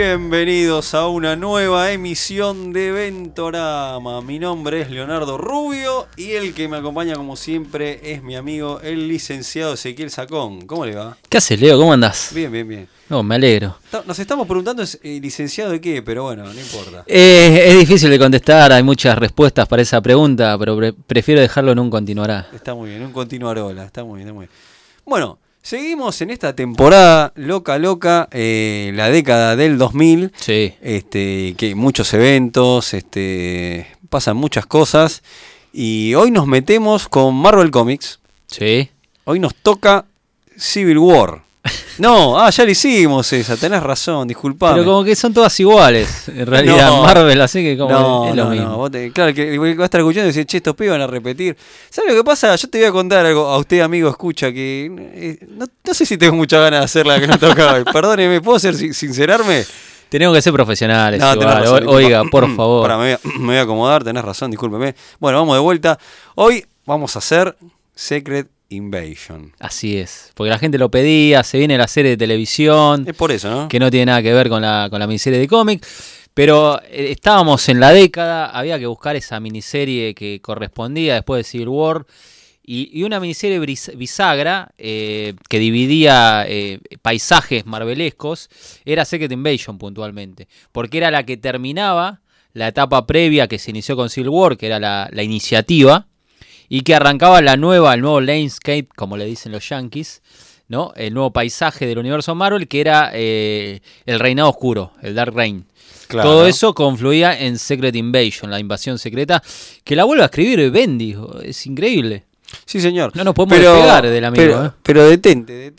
Bienvenidos a una nueva emisión de Ventorama. Mi nombre es Leonardo Rubio y el que me acompaña como siempre es mi amigo el licenciado Ezequiel Sacón. ¿Cómo le va? ¿Qué haces, Leo? ¿Cómo andás? Bien, bien, bien. No, me alegro. Nos estamos preguntando licenciado de qué, pero bueno, no importa. Es difícil de contestar, hay muchas respuestas para esa pregunta, pero prefiero dejarlo en un continuará. Está muy bien, un continuarola, está muy bien, está muy bien. Bueno, seguimos en esta temporada loca, la década del 2000. Sí. Que muchos eventos, pasan muchas cosas. Y hoy nos metemos con Marvel Comics. Sí. Hoy nos toca Civil War. No, ya le hicimos esa, tenés razón, disculpame. Pero como que son todas iguales, en realidad, No. Marvel, así que como es lo mismo. No, claro, que va a estar escuchando y decir, che, estos pibes van a repetir. ¿Sabes lo que pasa? Yo te voy a contar algo a usted, amigo, escucha, que no sé si tengo muchas ganas de hacer la que nos toca hoy. Perdóneme, ¿puedo sincerarme? Tenemos que ser profesionales, No, igual. tenés razón, Oiga, por favor. Me voy a acomodar, tenés razón, discúlpeme. Bueno, vamos de vuelta. Hoy vamos a hacer Secret Invasion. Así es, porque la gente lo pedía, se viene la serie de televisión. Es por eso, ¿no? Que no tiene nada que ver con la miniserie de cómic. Pero estábamos en la década, había que buscar esa miniserie que correspondía después de Civil War. Y una miniserie bisagra que dividía paisajes marvelescos era Secret Invasion puntualmente. Porque era la que terminaba la etapa previa que se inició con Civil War, que era la iniciativa. Y que arrancaba el nuevo landscape, como le dicen los yankees, ¿no? El nuevo paisaje del universo Marvel, que era el reinado oscuro, el Dark Reign. Claro. Todo eso confluía en Secret Invasion, la invasión secreta, que la vuelve a escribir Bendy, es increíble. Sí, señor. No nos podemos despegar del amigo. Pero detente,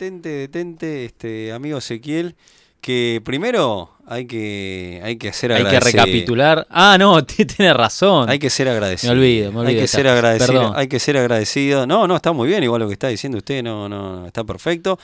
amigo Ezequiel, que primero hay que ser agradecido. Hay que recapitular. Ah, no, tiene razón. Hay que ser agradecido. Me olvido. Hay que ser agradecido. Perdón. Hay que ser agradecido. No, está muy bien igual lo que está diciendo usted, no, está perfecto.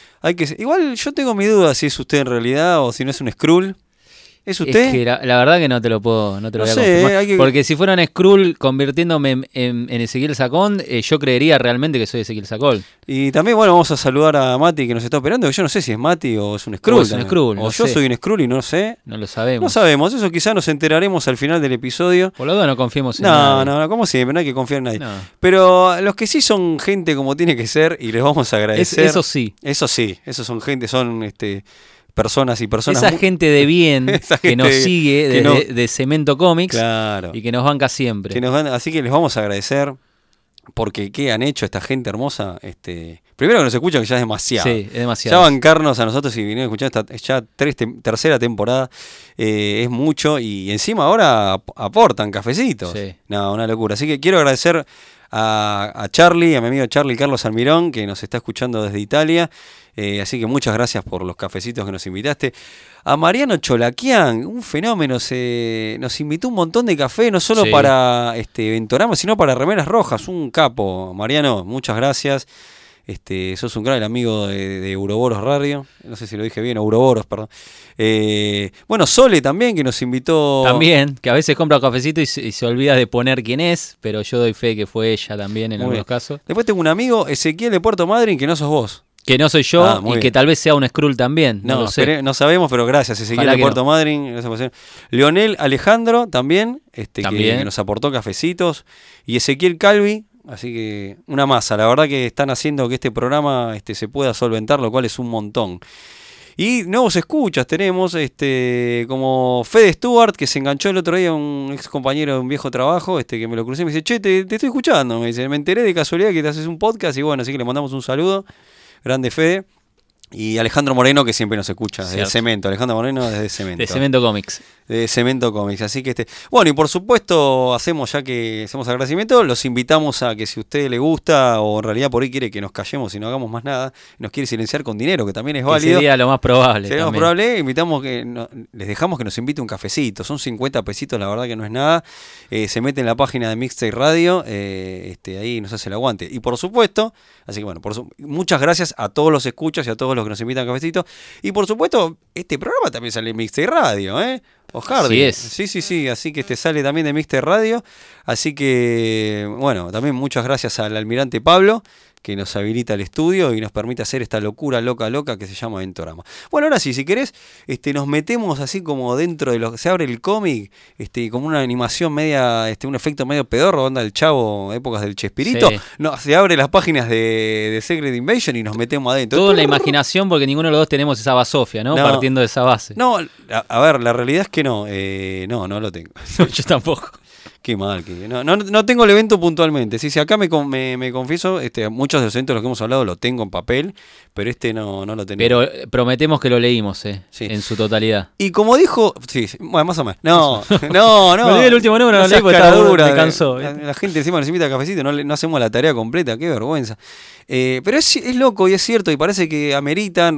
Igual yo tengo mi duda si es usted en realidad o si no es un Skrull. ¿Es usted? Es que la verdad que no te lo voy a confirmar. Porque si fuera un Skrull convirtiéndome en Ezequiel Sacón, yo creería realmente que soy Ezequiel Sacón. Y también, bueno, vamos a saludar a Mati que nos está operando, que yo no sé si es Mati o es un Skrull. O yo soy un Skrull y no sé. No lo sabemos. No sabemos, eso quizás nos enteraremos al final del episodio. Por lo tanto no confiemos en nadie. No, como siempre, no hay que confiar en nadie. No. Pero los que sí son gente como tiene que ser y les vamos a agradecer. Eso sí, esos son gente, son personas y personas. Esa gente de bien que nos sigue de Cemento Comics, claro, y que nos banca siempre. Así que les vamos a agradecer porque qué han hecho esta gente hermosa. Primero que nos escuchan, que ya es demasiado. Sí, es demasiado. Ya bancarnos a nosotros y vinieron escuchando esta tercera temporada es mucho y encima ahora aportan cafecitos. Sí. No, una locura. Así que quiero agradecer a Charlie, a mi amigo Charlie Carlos Almirón, que nos está escuchando desde Italia. Así que muchas gracias por los cafecitos que nos invitaste. A Mariano Cholaquian, un fenómeno, nos invitó un montón de café, no solo para Ventorama, sino para Remeras Rojas, un capo. Mariano, muchas gracias. Sos un gran amigo de Ouroboros Radio, no sé si lo dije bien, Ouroboros, perdón. Bueno, Sole también, que nos invitó. También, que a veces compra un cafecito y se olvida de poner quién es, pero yo doy fe que fue ella también en algunos casos. Después tengo un amigo, Ezequiel de Puerto Madryn, que no sos vos. Que no soy yo y bien. Que tal vez sea un Skrull también. No lo sé. No sabemos, pero gracias, Ezequiel de Puerto Madryn. Leonel Alejandro también, que nos aportó cafecitos. Y Ezequiel Calvi. Así que una masa, la verdad que están haciendo que este programa se pueda solventar, lo cual es un montón. Y nuevos escuchas tenemos, como Fede Stewart, que se enganchó el otro día, un ex compañero de un viejo trabajo, que me lo crucé y me dice, che, te estoy escuchando, me dice, me enteré de casualidad que te haces un podcast y bueno, así que le mandamos un saludo, grande Fede. Y Alejandro Moreno, que siempre nos escucha, desde Cemento. Alejandro Moreno desde Cemento. De Cemento Comics. De Cemento Comics. Así que bueno, y por supuesto, ya que hacemos agradecimiento, los invitamos a que si a usted le gusta, o en realidad por ahí quiere que nos callemos y no hagamos más nada, nos quiere silenciar con dinero, que también es válido. Sería lo más probable. Sería lo más probable, invitamos les dejamos que nos invite un cafecito. Son 50 pesitos, la verdad que no es nada. Se mete en la página de Mixtape Radio, ahí nos hace el aguante. Y por supuesto, así que bueno, muchas gracias a todos los escuchas y a todos los que nos invitan a cafecito. Y por supuesto, este programa también sale en Mixtape Radio, Ojardi. Sí, Sí, así que sale también de Mixtape Radio. Así que, bueno, también muchas gracias al almirante Pablo, que nos habilita el estudio y nos permite hacer esta locura loca que se llama Ventorama. Bueno, ahora sí, si querés, nos metemos así como dentro de lo que se abre el cómic, como una animación media, un efecto medio pedorro, onda del Chavo, épocas del Chespirito. Sí. No, se abre las páginas de Secret Invasion y nos metemos adentro. Todo en la imaginación, porque ninguno de los dos tenemos esa basofia, ¿no? Partiendo de esa base. No, a ver, la realidad es que no lo tengo. Yo tampoco. Qué mal, no tengo el evento puntualmente. Sí, acá me confieso, muchos de los eventos de los que hemos hablado lo tengo en papel, pero no lo tenemos. Pero prometemos que lo leímos, sí, en su totalidad. Y como dijo, sí, bueno, más o menos. No. Me leí el último número, no leí porque me cansó. La gente encima nos invita a cafecito, no hacemos la tarea completa, qué vergüenza. Pero es loco y es cierto, y parece que ameritan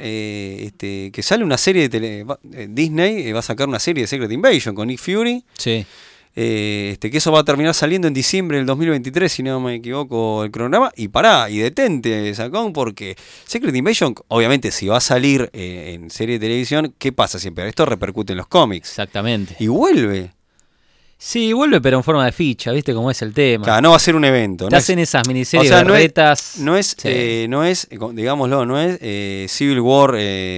que sale una serie de Disney va a sacar una serie de Secret Invasion con Nick Fury. Sí. Que eso va a terminar saliendo en diciembre del 2023, si no me equivoco el cronograma, y detente, Sacón, porque Secret Invasion, obviamente, si va a salir en serie de televisión, ¿qué pasa siempre? Esto repercute en los cómics. Exactamente. Y vuelve. Sí, vuelve, pero en forma de ficha, ¿viste cómo es el tema? Claro, no va a ser un evento. Te hacen esas miniseries de retas. No es, digámoslo, no es Civil War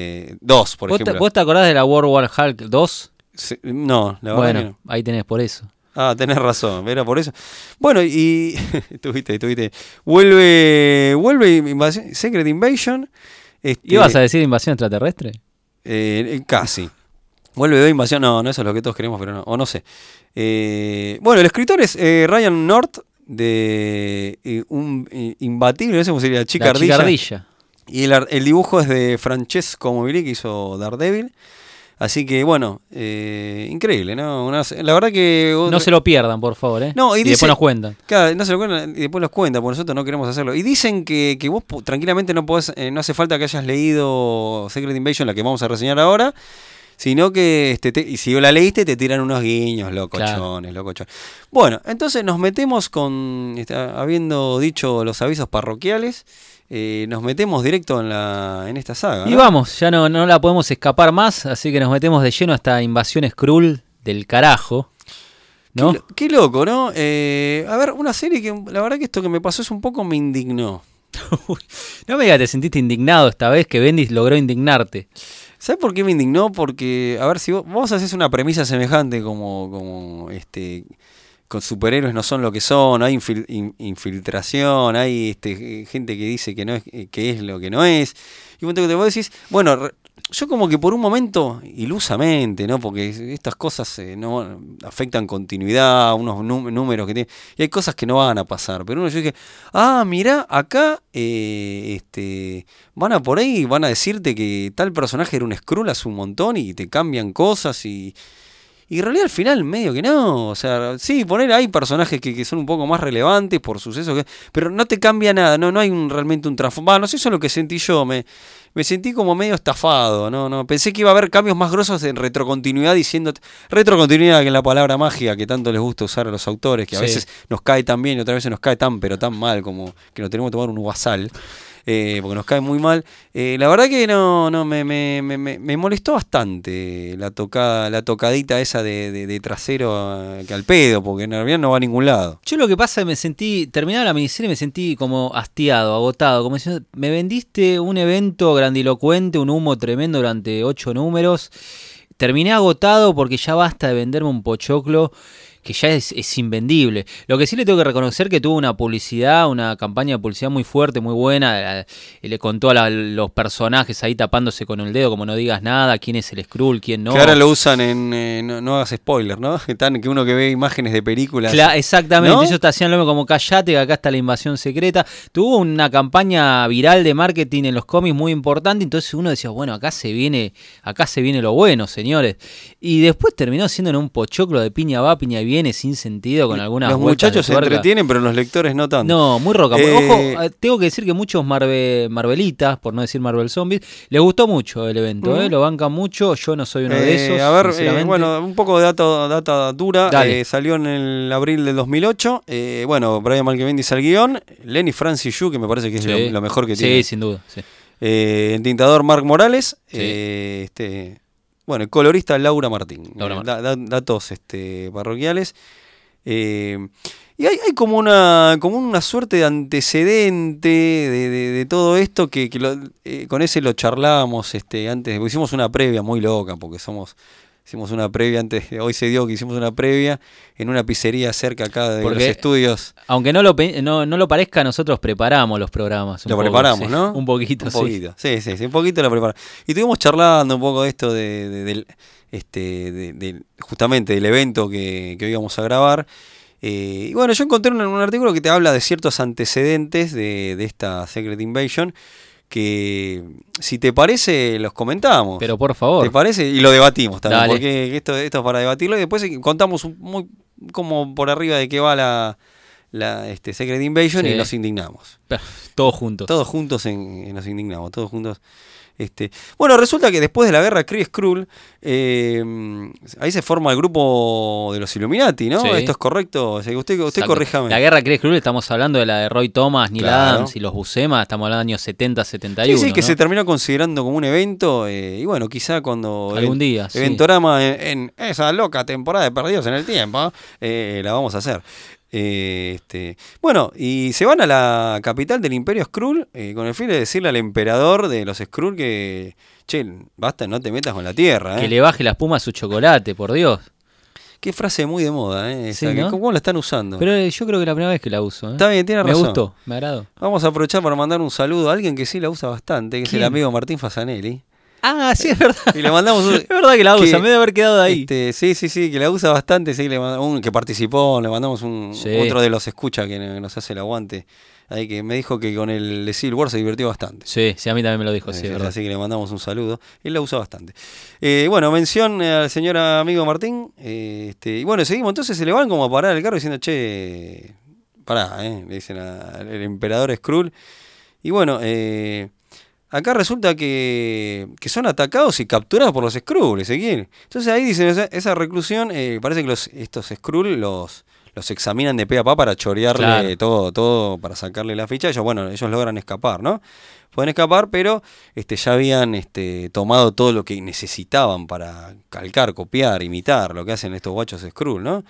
2, por ejemplo. ¿Vos te acordás de la World War Hulk 2? Sí, no, la verdad que no. Ahí tenés, por eso. Ah, tenés razón, era por eso. Bueno, y tuviste. Vuelve Secret Invasion. ¿Ibas a decir invasión extraterrestre? Casi. Vuelve de invasión, no, eso es lo que todos queremos, pero no, o no sé. Bueno, el escritor es Ryan North, de un imbatible, no sé cómo sería, la Chica Ardilla. Y el dibujo es de Francesco Movilí, que hizo Daredevil. Así que, bueno, increíble, ¿no? La verdad que... No se lo pierdan, por favor, ¿eh? No, y después nos cuentan. Claro, no se lo cuentan y después los cuentan, porque nosotros no queremos hacerlo. Y dicen que vos tranquilamente no podés, no hace falta que hayas leído Secret Invasion, la que vamos a reseñar ahora, sino que y si la leíste te tiran unos guiños, locochones. Bueno, entonces nos metemos con, habiendo dicho los avisos parroquiales, nos metemos directo en esta saga, ¿no? Y vamos, ya no la podemos escapar más, así que nos metemos de lleno a esta invasión Skrull del carajo, ¿no? Qué loco, ¿no? A ver, una serie que la verdad que esto que me pasó es un poco me indignó. No me digas, te sentiste indignado esta vez, que Bendis logró indignarte. ¿Sabes por qué me indignó? Porque, a ver, si vos haces una premisa semejante como con superhéroes no son lo que son, hay infiltración, hay gente que dice que es lo que no es. Y vos decís, bueno, yo como que por un momento, ilusamente, ¿no? Porque estas cosas no afectan continuidad, unos números que tienen, y hay cosas que no van a pasar. Pero yo dije, mirá, acá van a por ahí, van a decirte que tal personaje era un Skrull hace un montón y te cambian cosas y en realidad al final medio que no, o sea, sí, hay personajes que son un poco más relevantes por sucesos, pero no te cambia nada, no hay realmente un trasfondo. No sé, eso es lo que sentí yo, me sentí como medio estafado, no pensé que iba a haber cambios más grosos en retrocontinuidad, retrocontinuidad, que es la palabra mágica que tanto les gusta usar a los autores, que a veces nos cae tan bien y otras veces nos cae pero tan mal, como que nos tenemos que tomar un uvasal. Porque nos cae muy mal. La verdad que me molestó bastante la tocadita esa de trasero que al pedo, porque en realidad no va a ningún lado. Yo lo que pasa es que terminada la miniserie, me sentí como hastiado, agotado, como diciendo, me vendiste un evento grandilocuente, un humo tremendo durante 8 números, terminé agotado porque ya basta de venderme un pochoclo que ya es invendible. Lo que sí le tengo que reconocer que tuvo una campaña de publicidad muy fuerte, muy buena. Le contó a los personajes ahí tapándose con el dedo, como no digas nada, quién es el Skrull, quién no. Que ahora lo usan no hagas spoiler, ¿no? Que uno que ve imágenes de películas. Exactamente, ¿no? Ellos te hacían lo mismo como callate, que acá está la invasión secreta. Tuvo una campaña viral de marketing en los cómics muy importante, entonces uno decía, bueno, acá se viene lo bueno, señores. Y después terminó siendo en un pochoclo de piña va, piña viene, sin sentido, con algunas los muchachos se entretienen, pero los lectores no tanto. No, muy roca. Ojo, tengo que decir que muchos Marvelitas, por no decir Marvel Zombies, les gustó mucho el evento, lo bancan mucho. Yo no soy uno de esos. A ver, bueno, un poco de data dura. Salió en el abril del 2008. Brian Michael al guión, Lenny Francis Yu, que me parece que es lo mejor que tiene. Sí, sin duda. Sí. El tintador Mark Morales. El colorista Laura Martín. Datos parroquiales. Y hay como una suerte de antecedente de todo esto que con ese lo charlábamos antes, hicimos una previa muy loca, porque hicimos una previa hoy se dio que hicimos una previa en una pizzería cerca acá de los estudios. Aunque no lo parezca, nosotros preparamos los programas. Preparamos, sí, ¿no? Un poquito. Sí, un poquito lo preparamos. Y estuvimos charlando un poco de esto justamente del evento que hoy íbamos a grabar. Y bueno, yo encontré un artículo que te habla de ciertos antecedentes de esta Secret Invasion, que si te parece los comentamos. Pero por favor. ¿Te parece? Y lo debatimos también. Dale. Porque esto es para debatirlo y después contamos muy como por arriba de qué va la Secret Invasion, sí. Y nos indignamos. Todos juntos. Todos juntos nos indignamos, todos juntos. Bueno, resulta que después de la guerra Kree-Skrull, ahí se forma el grupo de los Illuminati, ¿no? Sí. ¿Esto es correcto? O sea, usted corríjame. La guerra Kree-Skrull, estamos hablando de la de Roy Thomas, Neil Adams y los Buscema, estamos hablando de años 70, 71. Sí, que ¿no? se terminó considerando como un evento, y bueno, quizá cuando algún día, Eventorama en esa loca temporada de Perdidos en el Tiempo, la vamos a hacer. Bueno, y se van a la capital del Imperio Skrull con el fin de decirle al emperador de los Skrull que, che, basta, no te metas con la Tierra. Que le baje la espuma a su chocolate, por Dios. Qué frase muy de moda, sí, ¿no? ¿Cómo la están usando? Pero yo creo que es la primera vez que la uso. Está bien, tiene razón. Me gustó, me agradó. Vamos a aprovechar para mandar un saludo a alguien que sí la usa bastante, que ¿Quién? Es el amigo Martín Fasanelli. Ah, sí, es verdad. Y le mandamos es verdad que la usa, me debe haber quedado de ahí. Sí, que la usa bastante, sí, que participó, le mandamos otro de los escucha que nos hace el aguante. Ahí que me dijo que con el de Civil War se divirtió bastante. Sí, a mí también me lo dijo, sí, verdad. Así que le mandamos un saludo. Él la usa bastante. Bueno, mención al señor amigo Martín. Y bueno, seguimos. Entonces se le van como a parar el carro diciendo, che, pará, le dicen al emperador Skrull. Y bueno, acá resulta que son atacados y capturados por los Skrull, Ezequiel. Entonces ahí dicen, esa reclusión, parece que estos Skrull los examinan de pe a pa para chorearle todo, para sacarle la ficha. Ellos logran escapar, ¿no? Pueden escapar, pero ya habían tomado todo lo que necesitaban para calcar, copiar, imitar lo que hacen estos guachos Skrull, ¿no?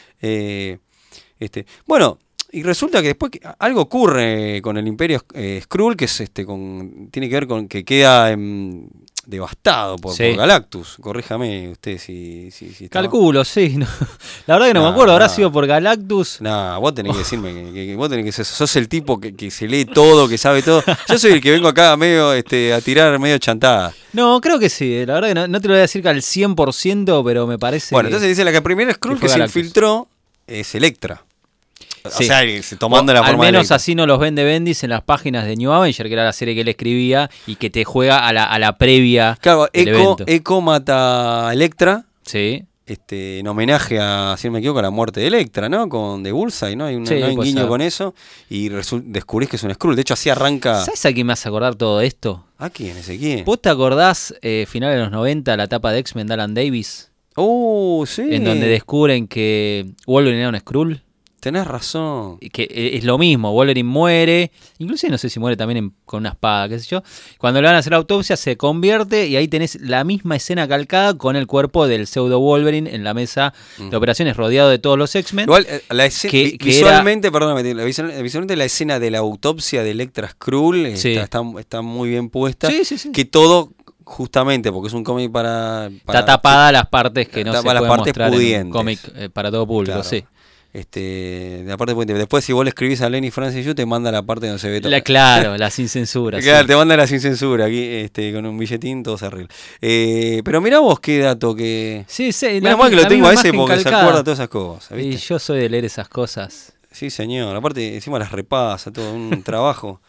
Bueno, y resulta que después algo ocurre con el Imperio Skrull, que es tiene que ver con que queda devastado por Galactus. Corríjame usted si calculo, sí. No. La verdad que no me acuerdo, habrá sido por Galactus. No, vos tenés que decirme que vos tenés que sos el tipo que se lee todo, que sabe todo. Yo soy el que vengo acá medio a tirar medio chantada. No, creo que sí. La verdad que no te lo voy a decir que al 100%, pero me parece. Bueno, entonces dice la primera Skrull que se infiltró es Elektra. Sí. O sea, tomando la forma al menos de así nos los vende Bendis en las páginas de New Avenger, que era la serie que él escribía y que te juega a la previa del evento. Echo mata a Elektra. Sí. En homenaje a, si no me equivoco, a la muerte de Elektra, ¿no? Con The Bullseye, ¿no? Hay un guiño con eso y descubrís que es un Skrull. De hecho, así arranca. ¿Sabes a quién me hace acordar todo esto? ¿A quién? ¿Quién? ¿Vos te acordás, finales de los 90, la etapa de X-Men de Alan Davis? Sí. En donde descubren que Wolverine era un Skrull. Tenés razón. Que es lo mismo, Wolverine muere, inclusive no sé si muere también con una espada, qué sé yo. Cuando le van a hacer la autopsia se convierte y ahí tenés la misma escena calcada con el cuerpo del pseudo Wolverine en la mesa de operaciones rodeado de todos los X-Men. Igual, visualmente, perdóname, visualmente la escena de la autopsia de Elektra Skrull está muy bien puesta. Sí. Que todo... Justamente porque es un cómic para está tapada las partes que no se pueden mostrar pudientes. En un cómic para todo público, claro. Sí. De la parte pudiente. Después si vos le escribís a Lenny Francis Yu te manda la parte donde se ve todo. Claro, la sin censura. Claro, te manda la sin censura aquí, con un billetín todo se arregla. Pero mirá vos qué dato que... Sí. Menos mal que lo tengo a ese porque se acuerda de todas esas cosas, ¿viste? Y yo soy de leer esas cosas. Sí, señor. Aparte encima las repasa, todo un trabajo.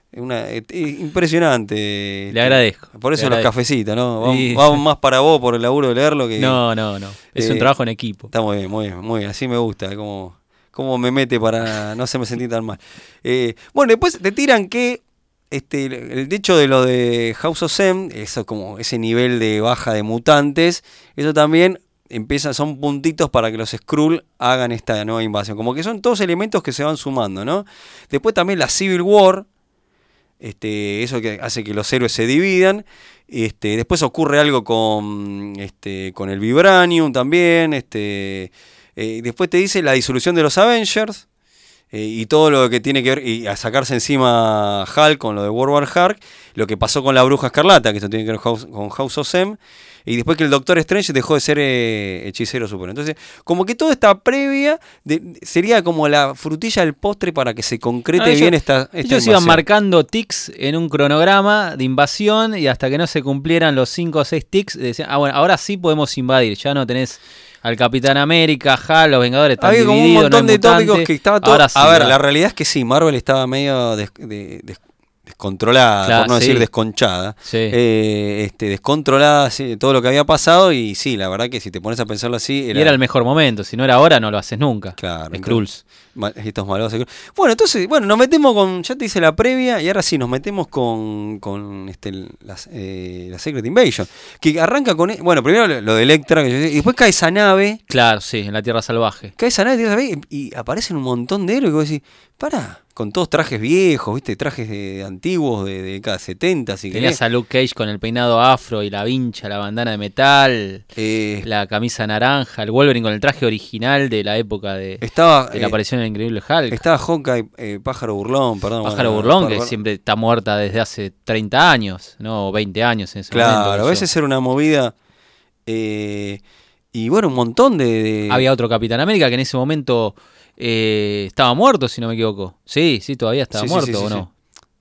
Impresionante. Le agradezco. Por eso los cafecitos, ¿no? Vamos más para vos por el laburo de leerlo que... No. Es un trabajo en equipo. Está muy bien. Así me gusta, como me mete para no hacerme sentir tan mal. Bueno, después te tiran que el hecho de lo de House of M, eso como ese nivel de baja de mutantes, eso también son puntitos para que los Skrull hagan esta nueva invasión. Como que son todos elementos que se van sumando, ¿no? Después también la Civil War, eso que hace que los héroes se dividan. Después ocurre algo con el Vibranium también. Después te dice la disolución de los Avengers. Y todo lo que tiene que ver, y a sacarse encima Hulk con lo de World War Hulk, lo que pasó con la Bruja Escarlata, que esto tiene que ver con House of M, y después que el Doctor Strange dejó de ser hechicero super. Entonces, como que toda esta previa sería como la frutilla del postre para que se concrete bien esta ellos invasión. Iban marcando tics en un cronograma de invasión y hasta que no se cumplieran los 5 o 6 tics, decían, bueno, ahora sí podemos invadir, ya no tenés al Capitán América, Hulk, los Vengadores están divididos. Había como un montón de tópicos que estaba todo... Ahora sí, a ver, la realidad es que sí, Marvel estaba medio descontrolada, por no decir desconchada. Sí. Descontrolada, sí, todo lo que había pasado, y sí, la verdad que si te pones a pensarlo así... Era el mejor momento, si no era ahora no lo haces nunca. Claro. Skrulls. Estos malvados. Bueno, entonces, nos metemos con... Ya te hice la previa, y ahora sí, nos metemos con la Secret Invasion. Que arranca con... Bueno, primero lo de Electra, y después cae esa nave. Claro, sí, en la Tierra Salvaje. Cae esa nave, y aparecen un montón de héroes, y vos decís, pará, con todos trajes viejos, ¿viste? Trajes antiguos de cada 70. Si tenías a Luke Cage con el peinado afro y la vincha, la bandana de metal, la camisa naranja, el Wolverine con el traje original de la época de la aparición del Increíble Hulk. Estaba Hawkeye, Pájaro Burlón, perdón. Pájaro Burlón, que siempre está muerta desde hace 30 años, ¿no? O 20 años en ese momento. Claro, a veces era una movida... y bueno, un montón de... Había otro Capitán América que en ese momento... estaba muerto, si no me equivoco. Sí, todavía estaba muerto, ¿o no?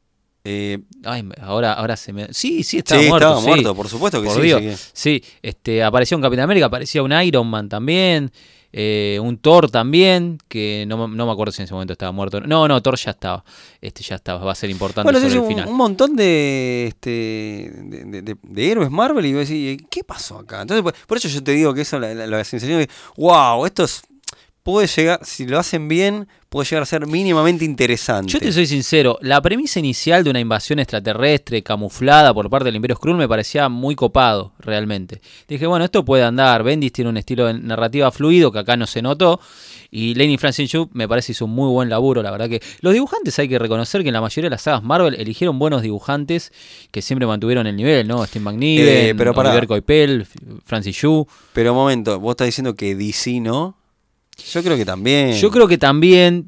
Ahora se me... Sí, estaba muerto. Estaba muerto, por supuesto que por sí. Dios. Sí, apareció un Capitán América, aparecía un Iron Man también, un Thor también, que no me acuerdo si en ese momento estaba muerto. No, Thor ya estaba. Ya estaba, va a ser importante sobre el final. Un montón de héroes Marvel, y vos decís, ¿qué pasó acá? Entonces, por eso yo te digo que eso, la sensación de, wow, esto es... puede llegar, si lo hacen bien, puede llegar a ser mínimamente interesante. Yo te soy sincero, la premisa inicial de una invasión extraterrestre camuflada por parte del Imperio Skrull me parecía muy copado, realmente. Dije, bueno, esto puede andar. Bendis tiene un estilo de narrativa fluido que acá no se notó. Y Leiney Francis-Yu me parece hizo un muy buen laburo, la verdad que... Los dibujantes hay que reconocer que en la mayoría de las sagas Marvel eligieron buenos dibujantes que siempre mantuvieron el nivel, ¿no? Steve McNiven, Oliver Coipel, Francis-Yu. Pero un momento, vos estás diciendo que DC no... Yo creo que también.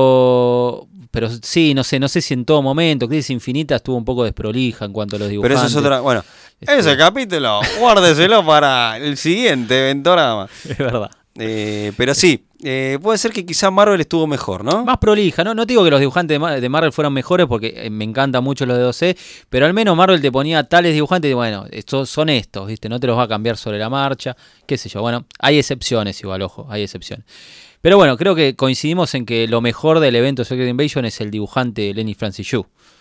Pero sí, no sé si en todo momento. Crisis Infinita estuvo un poco desprolija en cuanto a los dibujantes. Pero eso es otra... Bueno, ese capítulo, guárdeselo para el siguiente Ventorama. Es verdad. Pero sí, puede ser que quizá Marvel estuvo mejor, ¿no? Más prolija, ¿no? No te digo que los dibujantes de Marvel fueran mejores porque me encantan mucho los de 2C, pero al menos Marvel te ponía tales dibujantes y bueno, estos son estos, ¿viste? No te los va a cambiar sobre la marcha, qué sé yo. Bueno, hay excepciones igual, ojo, hay excepciones. Pero bueno, creo que coincidimos en que lo mejor del evento Secret Invasion es el dibujante Leiney Francis-Yu.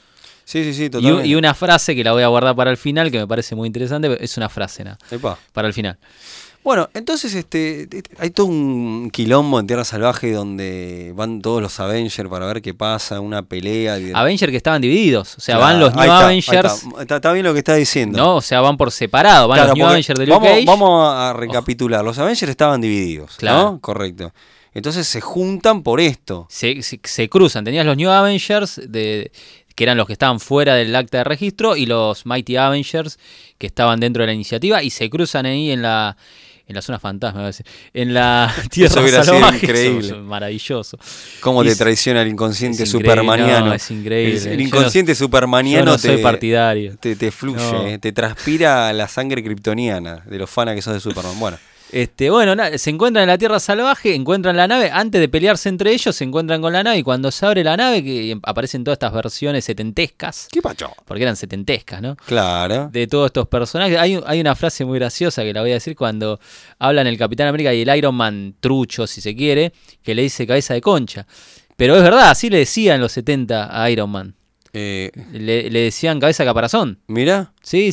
Sí, totalmente. Y una frase que la voy a guardar para el final, que me parece muy interesante, es una frase, ¿no? Para el final. Bueno, entonces hay todo un quilombo en Tierra Salvaje donde van todos los Avengers para ver qué pasa, una pelea. Avengers que estaban divididos, o sea, van los New Avengers. Está bien lo que está diciendo. No, o sea, van por separado, van los New Avengers de Luke Cage. Vamos a recapitular, los Avengers estaban divididos, claro. ¿No? Correcto. Entonces se juntan por esto. Se cruzan, tenías los New Avengers que eran los que estaban fuera del acta de registro, y los Mighty Avengers que estaban dentro de la iniciativa, y se cruzan ahí en la zona fantasma, voy a decir, en la Tierra Salvaje. Increíble. Eso es maravilloso. Cómo te traiciona el inconsciente supermaniano. No, es increíble. El inconsciente supermaniano. Yo no soy partidario. Te fluye, te transpira la sangre kryptoniana de los fanas que sos de Superman. Bueno. Se encuentran en la Tierra Salvaje, encuentran la nave, antes de pelearse entre ellos se encuentran con la nave, y cuando se abre la nave que aparecen todas estas versiones setentescas. ¿Qué pacho? Porque eran setentescas, ¿no? Claro. De todos estos personajes. Hay una frase muy graciosa que la voy a decir cuando hablan el Capitán América y el Iron Man trucho, si se quiere, que le dice cabeza de concha. Pero es verdad, así le decían en los 70 a Iron Man. Le decían cabeza de caparazón. ¿Mira? Sí.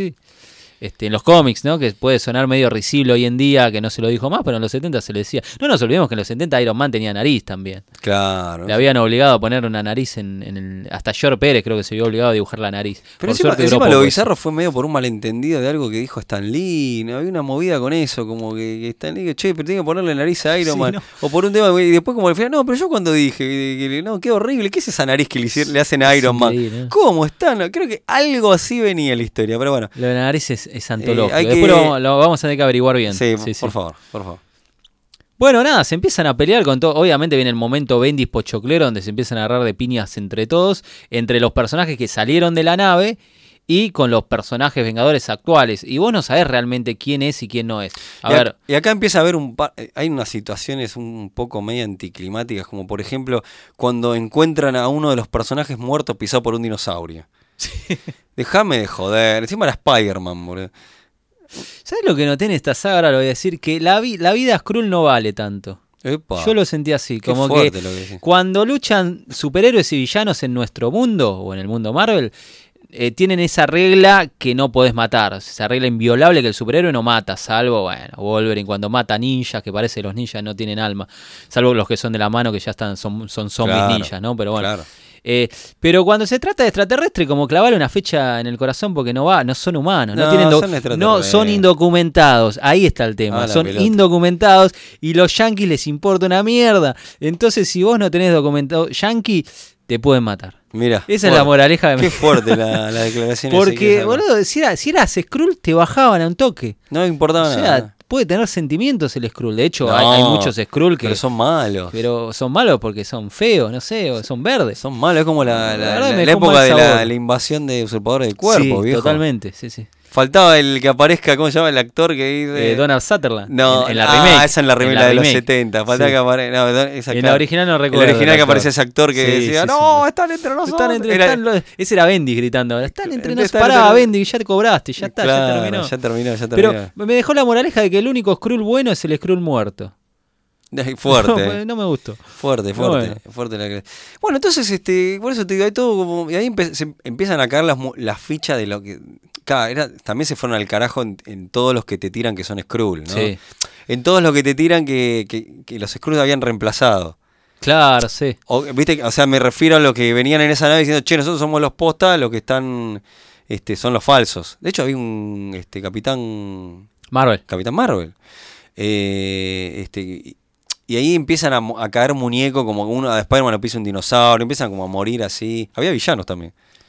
En los cómics, ¿no? Que puede sonar medio risible hoy en día, que no se lo dijo más, pero en los 70 se le decía. No nos olvidemos que en los 70 Iron Man tenía nariz también. Claro. Le habían obligado a poner una nariz hasta George Pérez creo que se vio obligado a dibujar la nariz. Pero encima lo bizarro fue medio por un malentendido de algo que dijo Stan Lee. ¿No? Había una movida con eso, como que Stan Lee, pero tengo que ponerle nariz a Iron Man. No. O por un tema, y después como al final, no, pero yo cuando dije, que no, qué horrible, ¿qué es esa nariz que le hacen a Iron Man? ¿No? ¿Cómo están? Creo que algo así venía la historia, pero bueno. Lo de la nariz es antológico. Después lo vamos a tener que averiguar bien. Sí, por favor. Bueno, nada, se empiezan a pelear con todo. Obviamente viene el momento Bendis pochoclero donde se empiezan a agarrar de piñas entre todos, entre los personajes que salieron de la nave y con los personajes vengadores actuales. Y vos no sabés realmente quién es y quién no es. Y acá empieza a haber hay unas situaciones un poco medio anticlimáticas, como por ejemplo cuando encuentran a uno de los personajes muertos pisado por un dinosaurio. Sí. Déjame de joder. Encima era Spider-Man, boludo. ¿Sabes lo que noté en esta saga? Ahora lo voy a decir, que la vida Skrull no vale tanto. Epa, yo lo sentí así, como que cuando luchan superhéroes y villanos en nuestro mundo, o en el mundo Marvel, tienen esa regla que no podés matar, esa regla inviolable que el superhéroe no mata, salvo, bueno, Wolverine cuando mata ninjas, que parece que los ninjas no tienen alma, salvo los que son de la mano, que ya son zombies ninjas, ¿no? Pero bueno. Claro. Pero cuando se trata de extraterrestre, como clavarle una fecha en el corazón porque no son humanos, son indocumentados, ahí está el tema, son indocumentados y los yanquis les importa una mierda. Entonces si vos no tenés documentado yanqui, te pueden matar. Mira, esa es la moraleja de qué fuerte la declaración. Porque, boludo, si eras Skrull, te bajaban a un toque. No importaba nada. Puede tener sentimientos el Skrull. De hecho, hay muchos Skrull que... Pero son malos. Pero son malos porque son feos, no sé, o son verdes. Son malos, es como la época de la invasión de usurpadores del cuerpo, sí, viejo. Totalmente, sí. Faltaba el que aparezca, ¿cómo se llama el actor que dice? Donald Sutherland. No, en la remake. Esa en la remake, de los 70. Faltaba que aparezca. En la original no recuerdo. En la original que aparecía ese actor que decía, están entre nosotros. Ese era Bendis gritando. Están entre nosotros. Pará, Bendis, ya te cobraste, ya está, claro, ya terminó. Pero me dejó la moraleja de que el único Skrull bueno es el Skrull muerto. Fuerte. No me gustó. Fuerte la. Bueno, entonces, por eso te digo, hay todo como. Y ahí se empiezan a caer las fichas de lo que. También se fueron al carajo en todos los que te tiran que son Skrull, ¿no? Sí. En todos los que te tiran que los Skrull habían reemplazado. Claro, sí. ¿Viste? O sea, me refiero a los que venían en esa nave diciendo, che, nosotros somos los postas, los que están son los falsos. De hecho, había un Capitán Marvel. Y ahí empiezan a caer muñecos, como uno de Spider-Man lo pisa un dinosaurio, empiezan como a morir así. Había villanos también.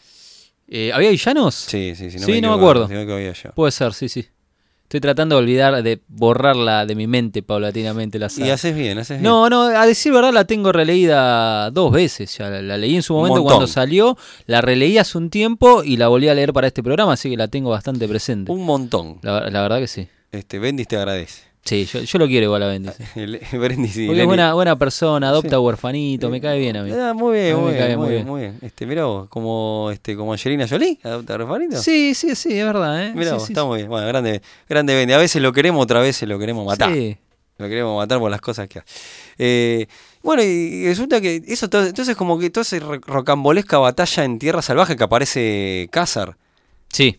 ¿Había villanos? Sí. No me acuerdo. Que puede ser, sí. Estoy tratando de borrarla de mi mente paulatinamente la saga. Y haces bien. No, a decir verdad la tengo releída 2 veces. Ya la leí en su momento cuando salió, la releí hace un tiempo y la volví a leer para este programa, así que la tengo bastante presente. Un montón. La verdad que sí. Bendis te agradece. Sí, yo lo quiero igual a Bendis. Bendis, sí. Porque es buena persona, adopta huerfanito, me cae bien a mí. Muy bien. Mirá vos, como Angelina Jolie, adopta huerfanito. Sí, es verdad, Mirá vos, está muy bien. Bueno, grande Bendis. A veces lo queremos, otra vez lo queremos matar. Sí. Lo queremos matar por las cosas que hace. Bueno, y resulta que eso entonces como que toda esa rocambolesca batalla en Tierra Salvaje que aparece Khazar. Sí.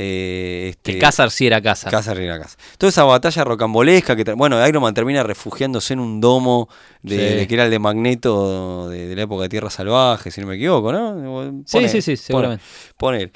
El Khazar sí era Khazar. Khazar era Khazar. Toda esa batalla rocambolesca que Iron Man termina refugiándose en un domo de que era el de Magneto de la época de Tierra Salvaje, si no me equivoco, ¿no? Sí, seguramente. Poner.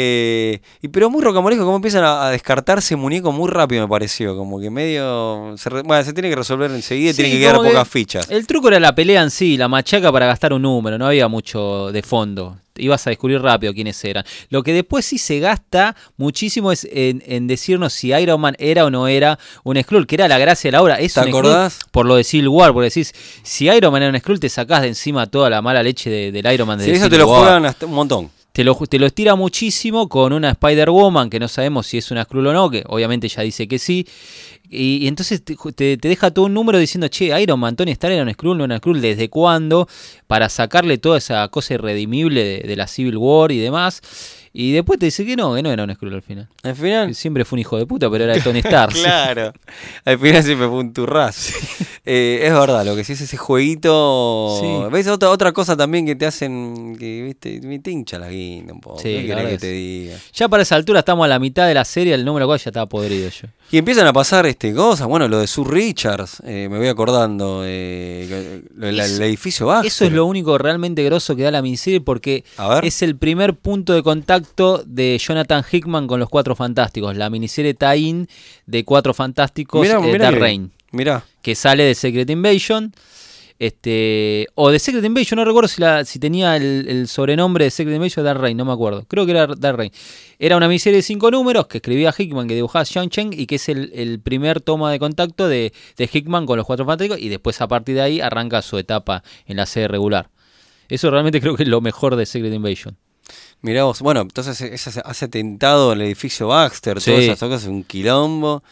Pero muy rocambolesco, como empiezan a descartarse muñecos muy rápido, me pareció. Como que medio. Se tiene que resolver enseguida y tiene que quedar pocas fichas. El truco era la pelea en sí, la machaca para gastar un número, no había mucho de fondo. Ibas a descubrir rápido quiénes eran. Lo que después sí se gasta muchísimo es en decirnos si Iron Man era o no era un Skrull, que era la gracia de la obra. ¿Te acordás? Por lo de Civil War, porque decís, si Iron Man era un Skrull, te sacás de encima toda la mala leche del Iron Man de Civil War. Sí, eso te lo juegan hasta un montón. Te lo estira muchísimo con una Spider-Woman que no sabemos si es una Skrull o no, que obviamente ya dice que sí. Y entonces te deja todo un número diciendo, che, Iron Man, Tony Stark era un Skrull, no era un Skrull, ¿desde cuándo? Para sacarle toda esa cosa irredimible de la Civil War y demás. Y después te dice que no era un Skrull al final. ¿Al final? Que siempre fue un hijo de puta, pero era de Tony Stark. Claro. Al final siempre fue un turrazo. Es verdad, lo que sí es ese jueguito. Sí. ¿Ves? Otra cosa también que te hacen, que viste, te hincha la guinda un poco. Sí, ¿qué querés que te diga? Ya para esa altura estamos a la mitad de la serie, el número 4 ya estaba podrido yo. Y empiezan a pasar cosas, bueno, lo de Sue Richards, me voy acordando, el edificio Baxter. Eso es lo único realmente grosso que da la miniserie, porque es el primer punto de contacto de Jonathan Hickman con los Cuatro Fantásticos, la miniserie tie-in de Cuatro Fantásticos, Dark Reign, mirá. que sale de Secret Invasion. O de Secret Invasion, no recuerdo si tenía el sobrenombre de Secret Invasion de Dark Reign, no me acuerdo. Creo que era Dark Reign. Era una miniserie de 5 números que escribía Hickman, que dibujaba Sean Chen, y que es el primer toma de contacto de Hickman con los Cuatro Fantásticos, y después a partir de ahí arranca su etapa en la serie regular. Eso realmente creo que es lo mejor de Secret Invasion. Mirá vos, bueno, entonces hace atentado al edificio Baxter, sí. Todas esas cosas, un quilombo.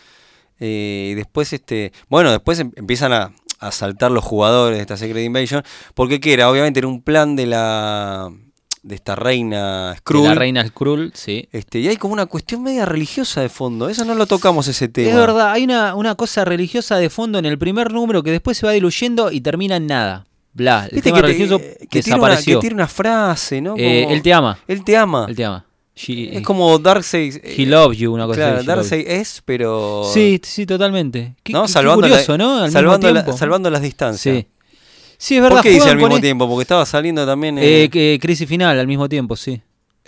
Y después, después empiezan a saltar los jugadores de esta Secret Invasion, porque ¿qué era? Obviamente era un plan de esta reina Skrull. De la reina Skrull, sí. Y hay como una cuestión media religiosa de fondo, eso no lo tocamos ese tema. Es verdad, hay una cosa religiosa de fondo en el primer número que después se va diluyendo y termina en nada. Bla, el tema religioso que desapareció. Que tiene una frase, ¿no? Como, él te ama. Él te ama. Él te ama. Es como Darkseid. He loves you, una cosa claro, así. Darkseid es, pero... Sí, totalmente. ¿no? Qué curioso, ¿no? Salvando las distancias. Sí, es verdad. ¿Por qué dice al mismo tiempo? Porque estaba saliendo también... Crisis Final al mismo tiempo, sí.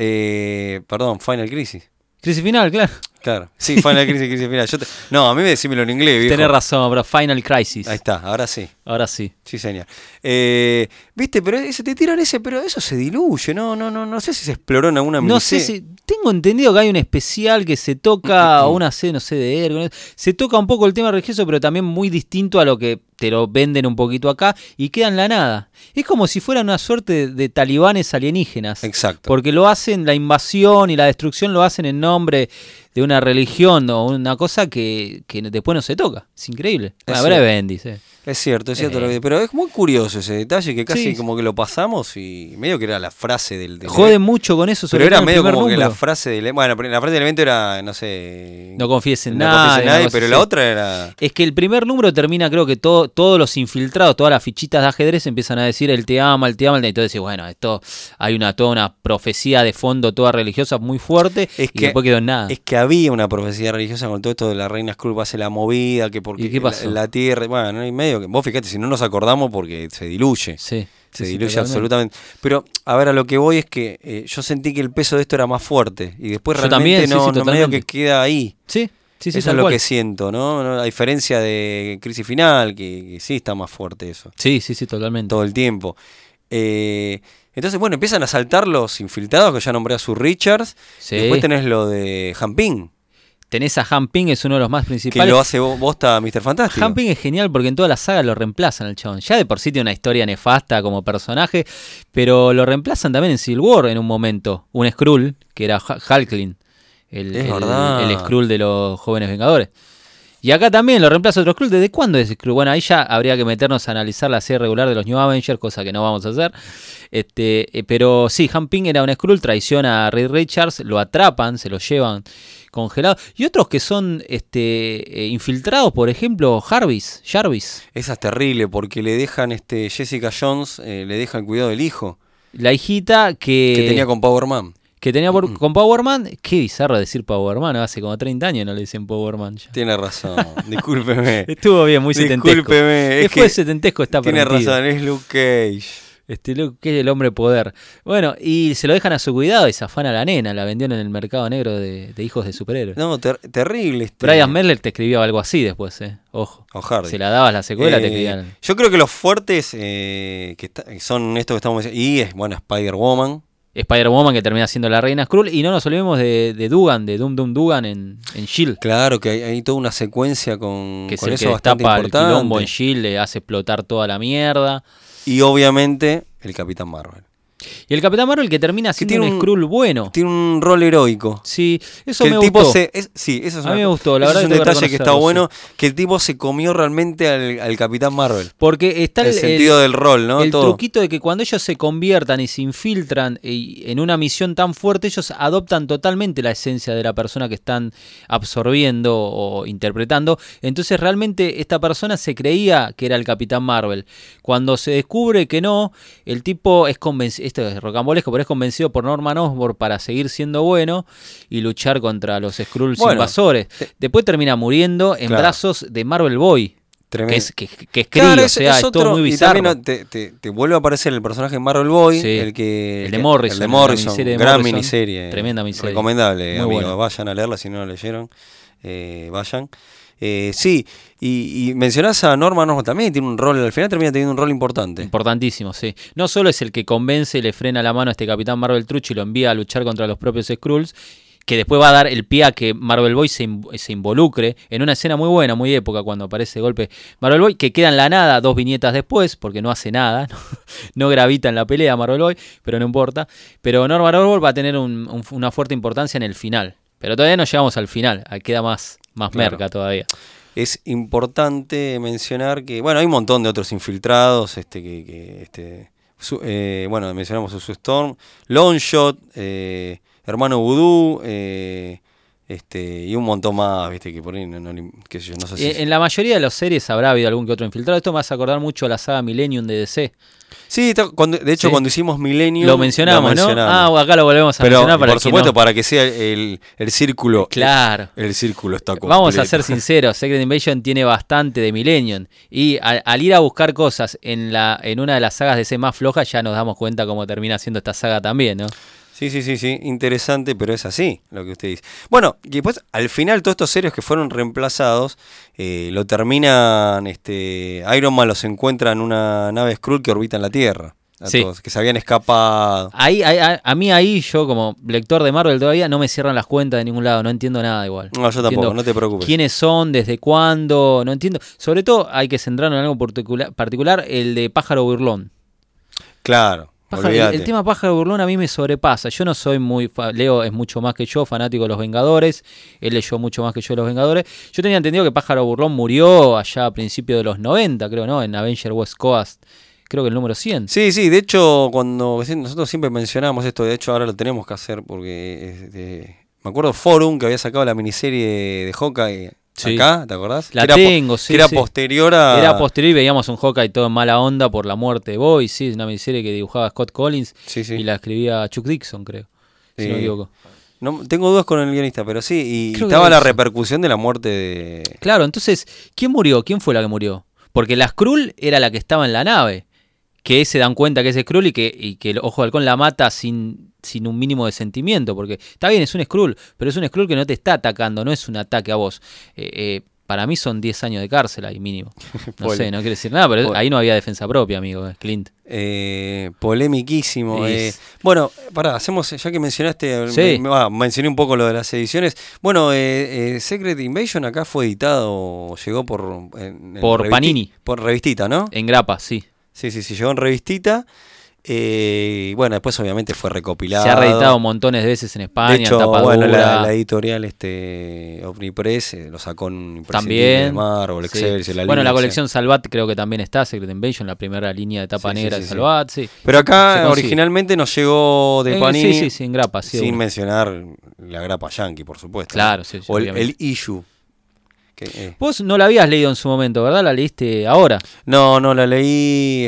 Perdón, Final Crisis. Crisis Final, claro. Claro, sí, Final Crisis Final. No, a mí decímelo en inglés, viejo. Tenés razón, pero Final Crisis. Ahí está, ahora sí. Ahora sí. Sí, señor. Viste, pero te tiran pero eso se diluye, no sé si se exploró en alguna miniserie. No sé si, tengo entendido que hay un especial que se toca, o una serie, no sé, de Ergo, se toca un poco el tema religioso, pero también muy distinto a lo que te lo venden un poquito acá, y queda en la nada. Es como si fuera una suerte de talibanes alienígenas. Exacto. Porque lo hacen, la invasión y la destrucción lo hacen en nombre de una religión o una cosa que después no se toca. Es increíble. Bueno, breve dice. Es cierto, pero es muy curioso ese detalle que casi como que lo pasamos y medio que era la frase del jode mucho con eso, sobre pero era medio como número. Que la frase del bueno, la frase del evento era, no sé, no confíes en nadie, pero la otra era... Es que el primer número termina, creo que todos los infiltrados, todas las fichitas de ajedrez empiezan a decir él te ama, entonces bueno, esto hay toda una profecía de fondo toda religiosa muy fuerte y después quedó en nada. Es que había una profecía religiosa con todo esto de la reina Skrull hace la movida, que porque la tierra, bueno, y medio que vos fíjate, si no nos acordamos porque se diluye. Sí. Se diluye absolutamente. Pero, a ver, a lo que voy es que yo sentí que el peso de esto era más fuerte. Y después yo realmente también, no medio que queda ahí. Sí. Eso es lo que siento, ¿no? A diferencia de Crisis Final, que sí está más fuerte eso. Sí, totalmente. Todo el tiempo. Entonces, bueno, empiezan a saltar los infiltrados, que ya nombré a Sue Richards. Sí. Después tenés lo de Han Ping. Tenés a Han Ping, es uno de los más principales. Que lo hace bosta Mr. Fantástico. Han Ping es genial porque en toda la saga lo reemplazan al chabón. Ya de por sí tiene una historia nefasta como personaje, pero lo reemplazan también en Civil War en un momento. Un Skrull, que era Hulkling, el Skrull de los Jóvenes Vengadores. Y acá también lo reemplaza otro Skrull. ¿Desde cuándo es Skrull? Bueno, ahí ya habría que meternos a analizar la serie regular de los New Avengers, cosa que no vamos a hacer. Pero sí, Han Ping era un Skrull, traiciona a Reed Richards, lo atrapan, se lo llevan congelado. Y otros que son infiltrados, por ejemplo, Jarvis. Esa es terrible porque le dejan, Jessica Jones, le deja el cuidado del hijo. La hijita que tenía con Power Man. Que tenía con Power Man. Qué bizarro decir Power Man, hace como 30 años no le dicen Power Man ya. Tiene razón, discúlpeme. Estuvo bien, muy setentesco. Discúlpeme. Después setentesco está tiene permitido. Tiene razón, es Luke Cage. Luke Cage es el hombre poder. Bueno, y se lo dejan a su cuidado y se afana a la nena, la vendieron en el mercado negro de hijos de superhéroes. No, terrible. Brian Merler te escribía algo así después, ojo. O Hardy. Si la dabas la secuela te escribían. Yo creo que los fuertes que son estos que estamos diciendo, y es, bueno, Spider-Woman. Spider-Woman que termina siendo la reina Skrull, y no nos olvidemos de Dugan, de Dum Dugan en S.H.I.E.L.D. Claro, que hay toda una secuencia con eso que bastante importante. El quilombo en S.H.I.E.L.D. le hace explotar toda la mierda. Y obviamente el Capitán Marvel. Y el Capitán Marvel que termina siendo un Skrull bueno. Tiene un rol heroico. Sí, eso que me el tipo gustó. Sí, eso es a mí me gustó, la verdad. Es un detalle que está bueno, que el tipo se comió realmente al Capitán Marvel. Porque está el sentido del rol, ¿no? El truquito de que cuando ellos se conviertan y se infiltran en una misión tan fuerte, ellos adoptan totalmente la esencia de la persona que están absorbiendo o interpretando. Entonces realmente esta persona se creía que era el Capitán Marvel. Cuando se descubre que no, el tipo es convencido, esto es rocambolesco, pero es convencido por Norman Osborn para seguir siendo bueno y luchar contra los Skrulls invasores. Después termina muriendo en brazos de Marvel Boy. Tremendo. Que es Kree, es todo muy bizarro. Y también te vuelve a aparecer el personaje de Marvel Boy, el de Morrison, gran miniserie. Tremenda miniserie. Recomendable, muy amigos. Bueno. Vayan a leerla si no la leyeron. Vayan. Sí, y mencionás a Norman Osborn también, tiene un rol, al final termina teniendo un rol importante. Importantísimo, sí. No solo es el que convence y le frena la mano a este Capitán Marvel trucho y lo envía a luchar contra los propios Skrulls, que después va a dar el pie a que Marvel Boy se involucre en una escena muy buena, muy época, cuando aparece de golpe Marvel Boy, que queda en la nada 2 viñetas después, porque no hace nada, no gravita en la pelea Marvel Boy, pero no importa. Pero Norman Osborn va a tener una fuerte importancia en el final. Pero todavía no llegamos al final, queda más claro. Merca todavía. Es importante mencionar que, bueno, hay un montón de otros infiltrados, bueno, mencionamos Sue Storm, Longshot, Hermano Voodoo, y un montón más, viste, que por ahí qué sé yo, no sé si... En la mayoría de las series habrá habido algún que otro infiltrado. Esto me hace acordar mucho a la saga Millennium de DC. Sí, de hecho, cuando hicimos Millennium... Lo mencionamos, ¿no? Acá lo volvemos a mencionar. Por supuesto, para que sea el círculo. Claro. El círculo está completo. Vamos a ser sinceros, Secret Invasion tiene bastante de Millennium. Y al ir a buscar cosas en una de las sagas de DC más flojas, ya nos damos cuenta cómo termina siendo esta saga también, ¿no? Sí, interesante, pero es así lo que usted dice. Bueno, y después, al final, todos estos serios que fueron reemplazados, lo terminan, Iron Man los encuentra en una nave Skrull que orbita en la Tierra. Sí. Todos, que se habían escapado. A mí ahí, yo como lector de Marvel todavía, no me cierran las cuentas de ningún lado, no entiendo nada igual. No, yo tampoco, no te preocupes. ¿Quiénes son? ¿Desde cuándo? No entiendo. Sobre todo hay que centrarnos en algo particular, el de Pájaro Burlón. Claro. El tema Pájaro Burlón a mí me sobrepasa. Yo no soy Leo es mucho más que yo, fanático de los Vengadores. Él leyó mucho más que yo de los Vengadores. Yo tenía entendido que Pájaro Burlón murió allá a principios de los 90, creo, ¿no? En Avenger West Coast. Creo que el número 100. Sí, de hecho, cuando nosotros siempre mencionamos esto, de hecho ahora lo tenemos que hacer porque me acuerdo Forum que había sacado la miniserie de Hawkeye. Sí. Acá, ¿te acordás? La tengo, sí. Que era posterior a... Era posterior y veíamos un Hawkeye todo en mala onda por la muerte de Boy, sí, una miniserie que dibujaba Scott Collins y la escribía Chuck Dixon, creo, si no me equivoco. No, tengo dudas con el guionista, pero sí, y estaba la repercusión de la muerte de... Claro, entonces, ¿quién murió? ¿Quién fue la que murió? Porque la Skrull era la que estaba en la nave, que se dan cuenta que es Skrull y que el Ojo de Halcón la mata sin un mínimo de sentimiento, porque está bien, es un Skrull, pero es un Skrull que no te está atacando, no es un ataque a vos. Para mí son 10 años de cárcel ahí mínimo. No sé, no quiere decir nada, pero ahí no había defensa propia, amigo, Clint. Polemiquísimo. Bueno, hacemos, ya que mencionaste, mencioné un poco lo de las ediciones. Bueno, Secret Invasion acá fue editado, llegó por Panini. Por revistita, ¿no? En grapa, sí. Sí, llegó en revistita. Bueno, después obviamente fue recopilado. Se ha reeditado montones de veces en España. De hecho, bueno, la editorial Omnipress lo sacó en imprescindible de Marvel, Excelsior, la colección Salvat creo que también está, Secret Invasion, la primera línea de tapa negra de Salvat, sí. Pero acá originalmente nos llegó de Panini. Sí, en grapa, sí. Sin mencionar la grapa yankee, por supuesto. Claro, sí. O el issue. Vos no la habías leído en su momento, ¿verdad? ¿La leíste ahora? No la leí,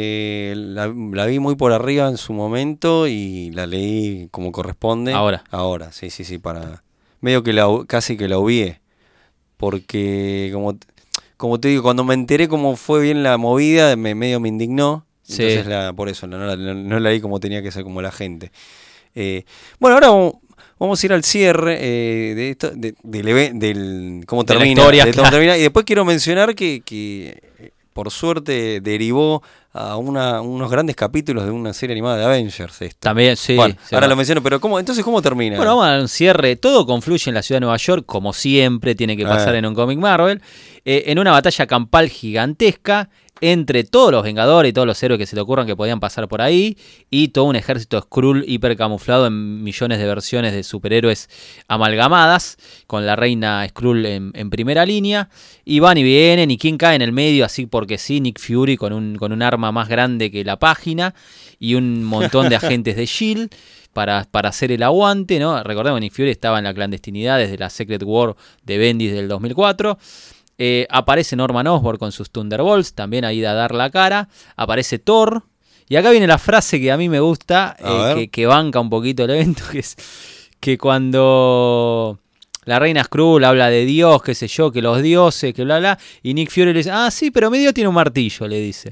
la vi muy por arriba en su momento y la leí como corresponde. Ahora, sí, para medio que casi que la obvié, porque como te digo, cuando me enteré cómo fue bien la movida, medio me indignó, entonces por eso no la leí como tenía que ser, como la gente. Bueno, ahora vamos a ir al cierre de esto, del cómo termina, termina. Y después quiero mencionar que por suerte derivó a unos grandes capítulos de una serie animada de Avengers. También, sí. Bueno, ahora lo menciono, pero ¿cómo termina? Bueno, vamos a dar un cierre. Todo confluye en la ciudad de Nueva York, como siempre tiene que pasar en un cómic Marvel, en una batalla campal gigantesca entre todos los Vengadores y todos los héroes que se te ocurran que podían pasar por ahí, y todo un ejército Skrull hipercamuflado en millones de versiones de superhéroes amalgamadas, con la reina Skrull en primera línea, y van y vienen, y quién cae en el medio, así porque sí, Nick Fury con un arma más grande que la página, y un montón de agentes de S.H.I.E.L.D., para hacer el aguante, ¿no? Recordemos que Nick Fury estaba en la clandestinidad desde la Secret War de Bendis del 2004. Aparece Norman Osborn con sus Thunderbolts, también ahí a dar la cara. Aparece Thor. Y acá viene la frase que a mí me gusta, que banca un poquito el evento, que es que cuando la reina Skrull habla de Dios, qué sé yo, que los dioses, que bla bla, y Nick Fury le dice, sí, pero medio tiene un martillo, le dice.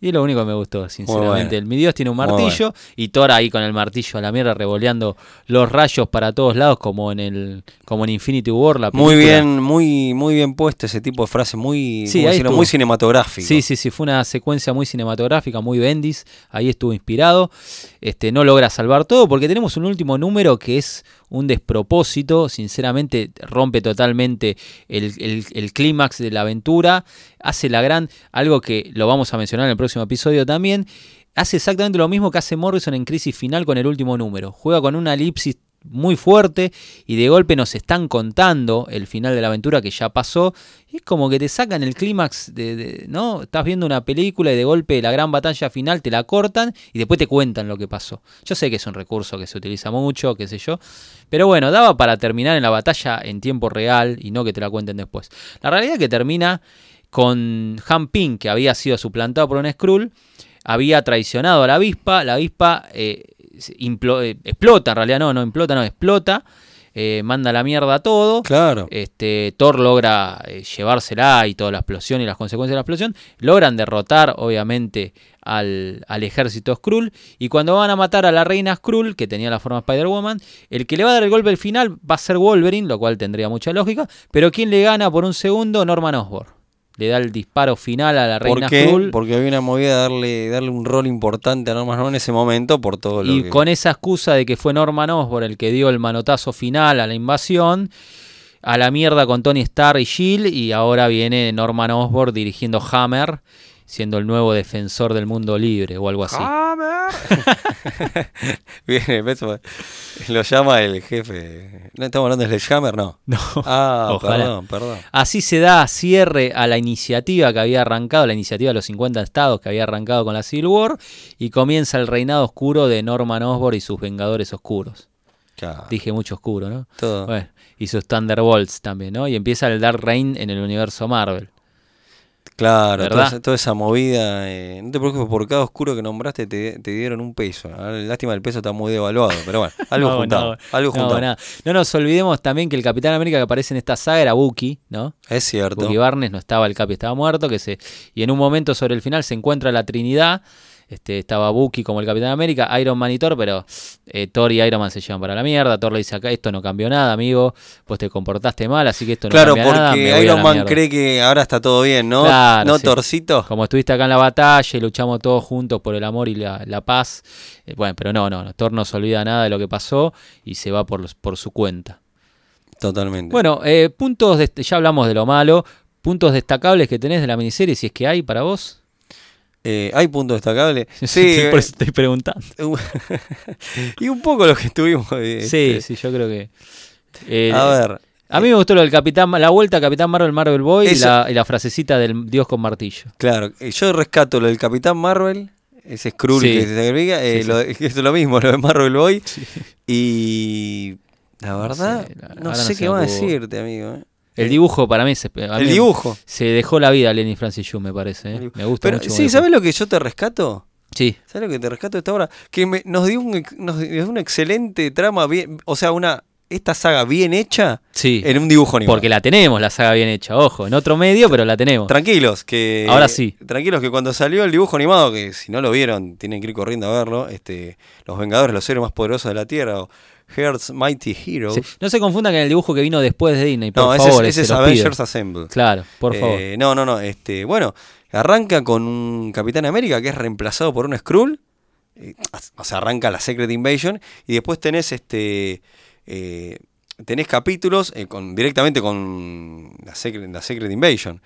Y es lo único que me gustó, sinceramente. El Mi Dios tiene un martillo y Thor ahí con el martillo a la mierda revoleando los rayos para todos lados como en Infinity War, la película. Muy bien puesta ese tipo de frase, muy cinematográfico. Sí, fue una secuencia muy cinematográfica, muy Bendis, ahí estuvo inspirado. No logra salvar todo porque tenemos un último número que es un despropósito, sinceramente rompe totalmente el clímax de la aventura, hace algo que lo vamos a mencionar en el próximo episodio también, hace exactamente lo mismo que hace Morrison en Crisis Final con el último número, juega con una elipsis muy fuerte y de golpe nos están contando el final de la aventura que ya pasó y es como que te sacan el clímax ¿no? Estás viendo una película y de golpe la gran batalla final te la cortan y después te cuentan lo que pasó. Yo sé que es un recurso que se utiliza mucho, qué sé yo, pero bueno, daba para terminar en la batalla en tiempo real y no que te la cuenten después. La realidad es que termina con Han Ping, que había sido suplantado por un Skrull, había traicionado a la avispa explota, en realidad explota, manda la mierda todo. Claro. Thor logra llevársela y toda la explosión y las consecuencias de la explosión. Logran derrotar, obviamente, al ejército Skrull. Y cuando van a matar a la reina Skrull, que tenía la forma de Spider-Woman, el que le va a dar el golpe al final va a ser Wolverine, lo cual tendría mucha lógica. Pero ¿quién le gana por un segundo? Norman Osborn. Le da el disparo final a la reina Skrull. Porque había una movida de darle un rol importante a Norman Osborn en ese momento por todo lo que... Y con esa excusa de que fue Norman Osborn el que dio el manotazo final a la invasión, a la mierda con Tony Stark y S.H.I.E.L.D. y ahora viene Norman Osborn dirigiendo Hammer, siendo el nuevo defensor del mundo libre o algo así. ¡Hammer! Viene, lo llama el jefe. ¿No estamos hablando de Sledgehammer? No. Ojalá. Perdón. Así se da cierre a la iniciativa que había arrancado, la iniciativa de los 50 estados que había arrancado con la Civil War, y comienza el reinado oscuro de Norman Osborn y sus Vengadores Oscuros. Claro. Dije mucho oscuro, ¿no? Todo. Bueno, y sus Thunderbolts también, ¿no? Y empieza el Dark Reign en el universo Marvel. Claro, toda esa movida. No te preocupes, por cada oscuro que nombraste te dieron un peso. Lástima, el peso está muy devaluado, pero bueno, algo juntado. No nos olvidemos también que el Capitán América que aparece en esta saga era Bucky, ¿no? Es cierto. Bucky Barnes, no estaba el Capi, estaba muerto, y en un momento sobre el final se encuentra la Trinidad. Estaba Bucky como el Capitán América, Iron Man y Thor, pero Thor y Iron Man se llevan para la mierda. Thor le dice acá, esto no cambió nada, amigo, vos te comportaste mal, así que esto no cambia nada. Claro, porque Iron Man cree que ahora está todo bien, ¿no? Claro, ¿No, sí. Thorcito? Como estuviste acá en la batalla y luchamos todos juntos por el amor y la paz. Bueno, pero no, Thor no se olvida nada de lo que pasó y se va por su cuenta. Totalmente. Bueno, ya hablamos de lo malo, puntos destacables que tenés de la miniserie, si es que hay para vos. ¿Hay puntos destacables? Sí, por eso estoy preguntando. Y un poco lo que estuvimos... Sí, yo creo que... a ver... A mí me gustó lo del la vuelta a Capitán Marvel Boy y la frasecita del Dios con martillo. Claro, yo rescato lo del Capitán Marvel, ese Skrull que se sacrifica, es lo mismo, lo de Marvel Boy. Sí. Y la verdad, no sé qué más decirte, amigo. El dibujo para mí dibujo se dejó la vida a Lenny Francis Yu, me parece. Me gusta mucho. Sí, ¿sabes lo que yo te rescato? Sí. ¿Sabes lo que te rescato de esta obra? Que nos dio una excelente trama, bien, o sea, esta saga bien hecha en un dibujo animado. Porque la tenemos, la saga bien hecha, ojo, en otro medio, pero la tenemos. Tranquilos, que ahora sí. Tranquilos que cuando salió el dibujo animado, que si no lo vieron, tienen que ir corriendo a verlo, Los Vengadores, los héroes más poderosos de la Tierra, Earth's Mighty Heroes. Sí. No se confundan con el dibujo que vino después de Disney, por favor. Ese es Avengers Assemble. Claro, por favor. No. Bueno, arranca con un Capitán América que es reemplazado por un Skrull. O sea, arranca la Secret Invasion. Y después tenés tenés capítulos directamente con la Secret Invasion.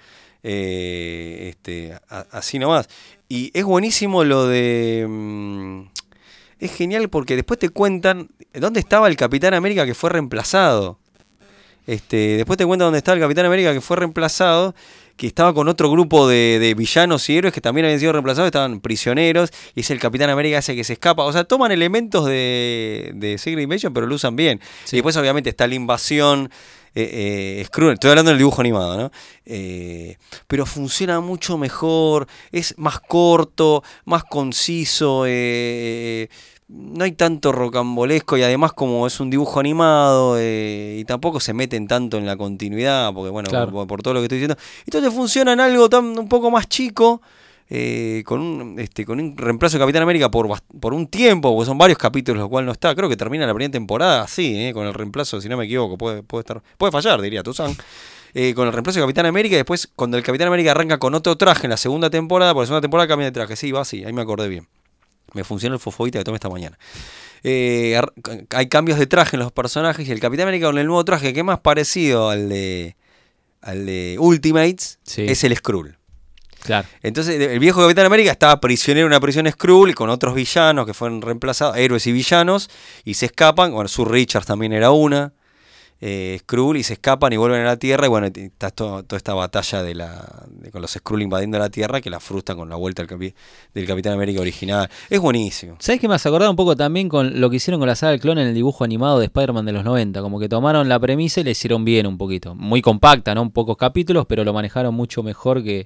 Así nomás. Y es buenísimo lo de... Es genial porque después te cuentan dónde estaba el Capitán América que fue reemplazado. Después te cuentan dónde estaba el Capitán América que fue reemplazado, que estaba con otro grupo de villanos y héroes que también habían sido reemplazados, estaban prisioneros, y es el Capitán América ese que se escapa. O sea, toman elementos de Secret Invasion, pero lo usan bien. Sí. Y después obviamente está la invasión... Skrull, estoy hablando del dibujo animado, ¿no? Pero funciona mucho mejor, es más corto, más conciso, no hay tanto rocambolesco, y además como es un dibujo animado y tampoco se meten tanto en la continuidad, porque bueno, claro, por todo lo que estoy diciendo, entonces funciona en algo un poco más chico. con un reemplazo de Capitán América por un tiempo, porque son varios capítulos, lo cual no está. Creo que termina la primera temporada así, con el reemplazo, si no me equivoco, puede fallar, diría Tuzán. Con el reemplazo de Capitán América, y después cuando el Capitán América arranca con otro traje en la segunda temporada, por la segunda temporada cambia de traje. Sí, va así, ahí me acordé bien. Me funcionó el fosfobita que tomé esta mañana. Hay cambios de traje en los personajes, y el Capitán América con el nuevo traje, que es más parecido al de Ultimates, es el Skrull. Claro. Entonces el viejo Capitán América estaba prisionero en una prisión Skrull con otros villanos que fueron reemplazados, héroes y villanos, y se escapan. Bueno, Sue Richards también era una Skrull, y se escapan y vuelven a la Tierra, y bueno, está toda esta batalla con los Skrull invadiendo la Tierra, que la frustran con la vuelta del Capitán América original. Es buenísimo. ¿Sabés qué me has acordado un poco también con lo que hicieron con la saga del clon en el dibujo animado de Spider-Man de los 90? Como que tomaron la premisa y le hicieron bien un poquito. Muy compacta, ¿no? Pocos capítulos, pero lo manejaron mucho mejor que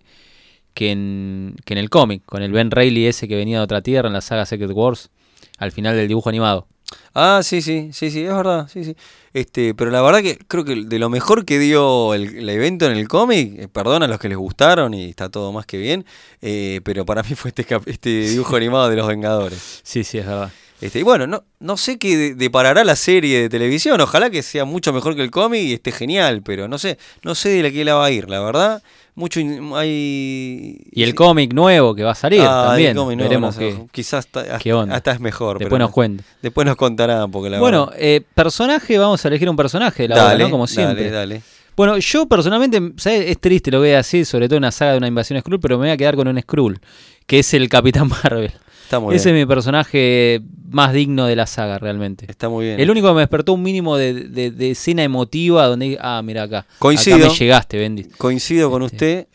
en el cómic, con el Ben Reilly ese que venía de otra tierra en la saga Secret Wars, al final del dibujo animado. Ah, sí, es verdad, sí. Pero la verdad que creo que de lo mejor que dio el evento en el cómic, perdón a los que les gustaron y está todo más que bien, pero para mí fue este dibujo animado de los Vengadores. Sí, es verdad. Y bueno, no sé qué deparará la serie de televisión, ojalá que sea mucho mejor que el cómic y esté genial, pero no sé de la que la va a ir, la verdad. Mucho hay. Y el cómic nuevo que va a salir también. Veremos quizás onda. hasta es mejor. Después nos cuentan. Después nos contarán, porque la bueno, verdad. Personaje, vamos a elegir un personaje de la obra, ¿no? Como siempre. Dale. Bueno, yo personalmente, ¿sabes? Es triste lo que voy a decir, sobre todo en una saga de una invasión Skrull, pero me voy a quedar con un Skrull, que es el Capitán Marvel. Ese es mi personaje más digno de la saga, realmente. Está muy bien. El único que me despertó un mínimo de escena emotiva donde, mira acá. Coincido. Acá me llegaste, Bendy. Coincido con usted.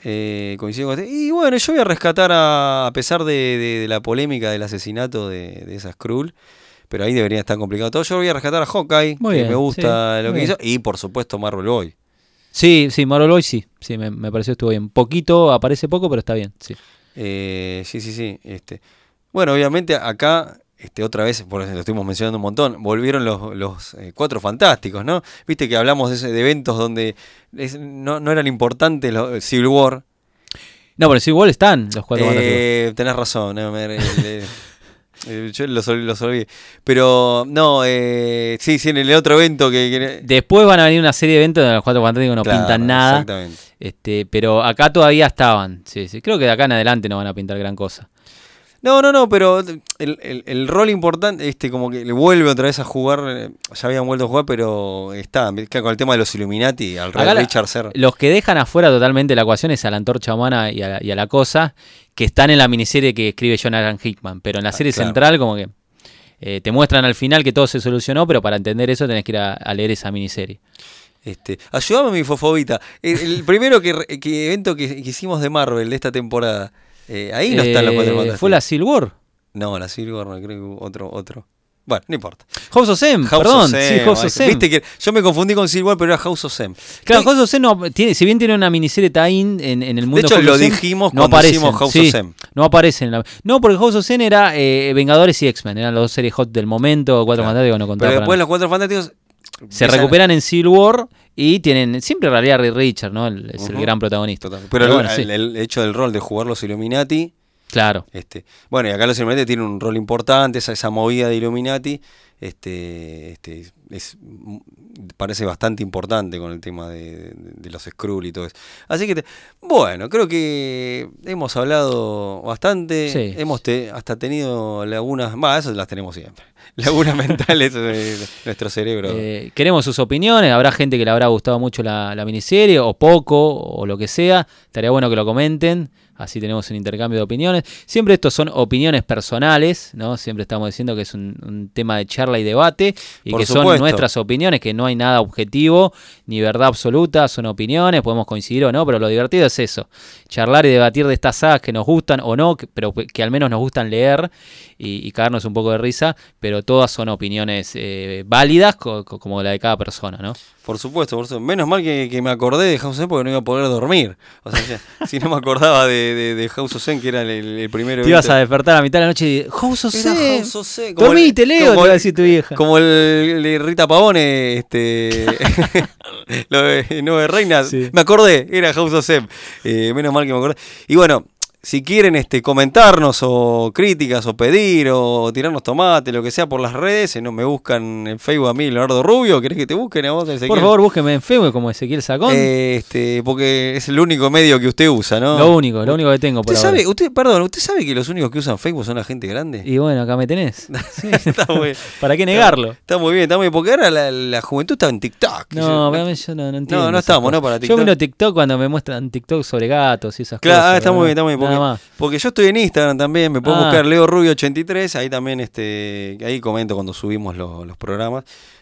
Y bueno, yo voy a rescatar, a pesar de la polémica del asesinato de esa Skrull, pero ahí debería estar complicado todo. Yo voy a rescatar a Hawkeye, me gusta lo que hizo, y por supuesto Marvel Boy. Sí, Marvel Boy sí, me pareció que estuvo bien. Poquito, aparece poco, pero está bien, sí. Sí. Bueno, obviamente acá, otra vez, por eso lo estuvimos mencionando un montón, volvieron los Cuatro Fantásticos, ¿no? Viste que hablamos de eventos donde no eran importantes los Civil War. No, pero en Civil War están los Cuatro Fantásticos. Tenés razón, yo los olvidé. Pero no, sí, en el otro evento que... Después van a venir una serie de eventos donde los Cuatro Fantásticos no pintan nada. Exactamente. Pero acá todavía estaban. Sí. Creo que de acá en adelante no van a pintar gran cosa. No, pero el rol importante, como que le vuelve otra vez a jugar, ya habían vuelto a jugar, pero está con el tema de los Illuminati, al Red Richard Serra. Los que dejan afuera totalmente la ecuación es a la Antorcha Humana y a la Cosa, que están en la miniserie que escribe Jonathan Hickman, pero en la serie central como que te muestran al final que todo se solucionó, pero para entender eso tenés que ir a leer esa miniserie. Ayúdame, mi fofobita. El primero evento que hicimos de Marvel de esta temporada. Ahí no están los Cuatro Fantásticos. ¿Fue la Civil War? No, la Civil War no, creo que otro. Bueno, no importa. House of M, perdón. Sí, House of M. Viste que yo me confundí con Civil War, pero era House of M. Claro, House of M si bien tiene una miniserie tie-in en el mundo. De hecho, lo dijimos cuando hicimos House of M. No aparecen. No, porque House of M era Vengadores y X-Men. Eran las dos series hot del momento. Cuatro Fantásticos no contaban. Pero después los Cuatro Fantásticos se recuperan en Civil War y tienen siempre en realidad Ray Richard, ¿no? Es el gran protagonista. Total. Pero bueno, el hecho del rol de jugar los Illuminati. Claro. Bueno, y acá los Illuminati tienen un rol importante, esa movida de Illuminati, parece bastante importante con el tema de los Skrull y todo eso. Así que, bueno, creo que hemos hablado bastante, hemos hasta tenido lagunas, eso las tenemos siempre, lagunas mentales de nuestro cerebro. Queremos sus opiniones, habrá gente que le habrá gustado mucho la miniserie, o poco, o lo que sea, estaría bueno que lo comenten. Así tenemos un intercambio de opiniones. Siempre estos son opiniones personales, ¿no? Siempre estamos diciendo que es un tema de charla y debate y Por que supuesto. Son nuestras opiniones, que no hay nada objetivo ni verdad absoluta, son opiniones, podemos coincidir o no, pero lo divertido es eso, charlar y debatir de estas sagas que nos gustan o no, pero que al menos nos gustan leer y cagarnos un poco de risa, pero todas son opiniones válidas como la de cada persona, ¿no? Por supuesto. Menos mal que me acordé de House of M porque no iba a poder dormir. O sea, si no me acordaba de House of M, que era el primero. Te ibas a despertar a mitad de la noche y House of M. Dormite, Leo, te iba a decir tu vieja. Como el de Rita Pavone, lo de Nueve Reinas. Sí. Me acordé, era House of M. Menos mal que me acordé. Y bueno, si quieren comentarnos o críticas o pedir o tirarnos tomate, lo que sea por las redes, no me buscan en Facebook a mí, Leonardo Rubio. ¿Querés que te busquen a vos, Ezequiel? Por favor, búsqueme en Facebook como Ezequiel Sacón. Porque es el único medio que usted usa, ¿no? Lo único que tengo por ahora. ¿Usted sabe que los únicos que usan Facebook son la gente grande? Y bueno, acá me tenés. Sí. Está muy bien. ¿Para qué negarlo? Está muy bien, porque ahora la juventud está en TikTok. No, yo no entiendo. No estamos, ¿no? Para TikTok. Yo miro TikTok cuando me muestran TikTok sobre gatos y esas cosas. Claro, está muy bien. Porque yo estoy en Instagram también, me puedo buscar Leo Rubio 83, ahí también ahí comento cuando subimos los programas.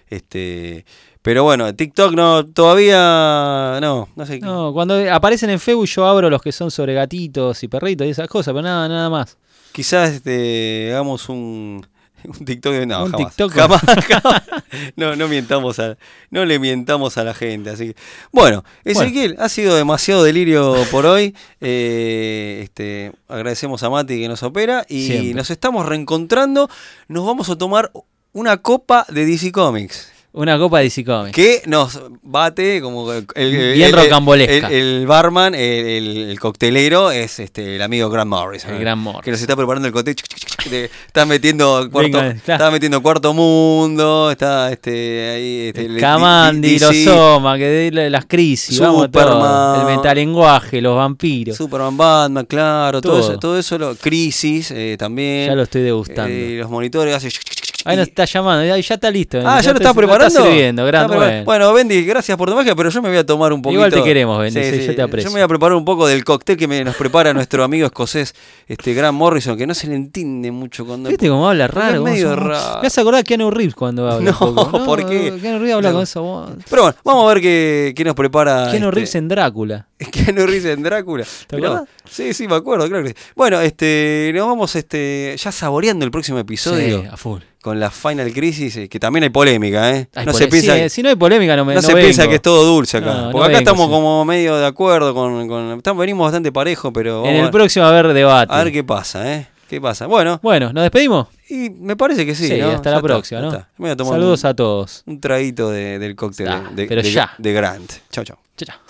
Pero bueno, TikTok todavía no sé. No, cuando aparecen en Facebook yo abro los que son sobre gatitos y perritos y esas cosas, pero nada más. Quizás hagamos un TikTok jamás. TikTok jamás. No le mientamos a la gente, así que bueno, Ezequiel, ha sido demasiado delirio por hoy. Agradecemos a Mati que nos opera y siempre. Nos estamos reencontrando. Nos vamos a tomar una copa de DC Comics. Una copa de DC Comics. Que nos bate como bien rocambolesca. El barman, el coctelero es el amigo Grant Morrison. El Grant Morrison. Que nos está preparando el cóctel. Está metiendo Cuarto Mundo. Está ahí. El Kamandi, los Soma, que de las crisis. Superman, todo. El metalenguaje, los vampiros. Superman, Batman, claro. Todo eso. Crisis también. Ya lo estoy degustando. Los monitores hacen. Ahí nos está llamando, ya está listo. ¿Ya lo estás preparando? Está sirviendo, Bueno, Bendy, gracias por tu magia, pero yo me voy a tomar un poquito. Igual te queremos, Bendy, yo te aprecio. Yo me voy a preparar un poco del cóctel que nos prepara nuestro amigo escocés, Grant Morrison, que no se le entiende mucho cuando... ¿Viste cómo habla raro? Es medio raro. Me has acordado a Keanu Reeves cuando habla. No, ¿por qué? Keanu Reeves habla con eso. Pero bueno, vamos a ver qué nos prepara... Keanu Reeves en Drácula. Keanu Reeves en Drácula. ¿Te acuerdas? Sí, me acuerdo, claro que sí. Bueno, nos vamos ya saboreando el próximo episodio. Sí, a full. Con la Final Crisis, que también hay polémica, ¿eh? Se piensa, si no hay polémica, no se piensa que es todo dulce acá. Porque acá estamos como medio de acuerdo venimos bastante parejo, pero... En el próximo va a haber debate. A ver qué pasa, ¿eh? ¿Qué pasa? Bueno, ¿nos despedimos? Y me parece que sí, sí, ¿no? Hasta la próxima, ¿no? Me voy a tomar saludos a todos. Un traguito del cóctel de Grant. Chau. Chao.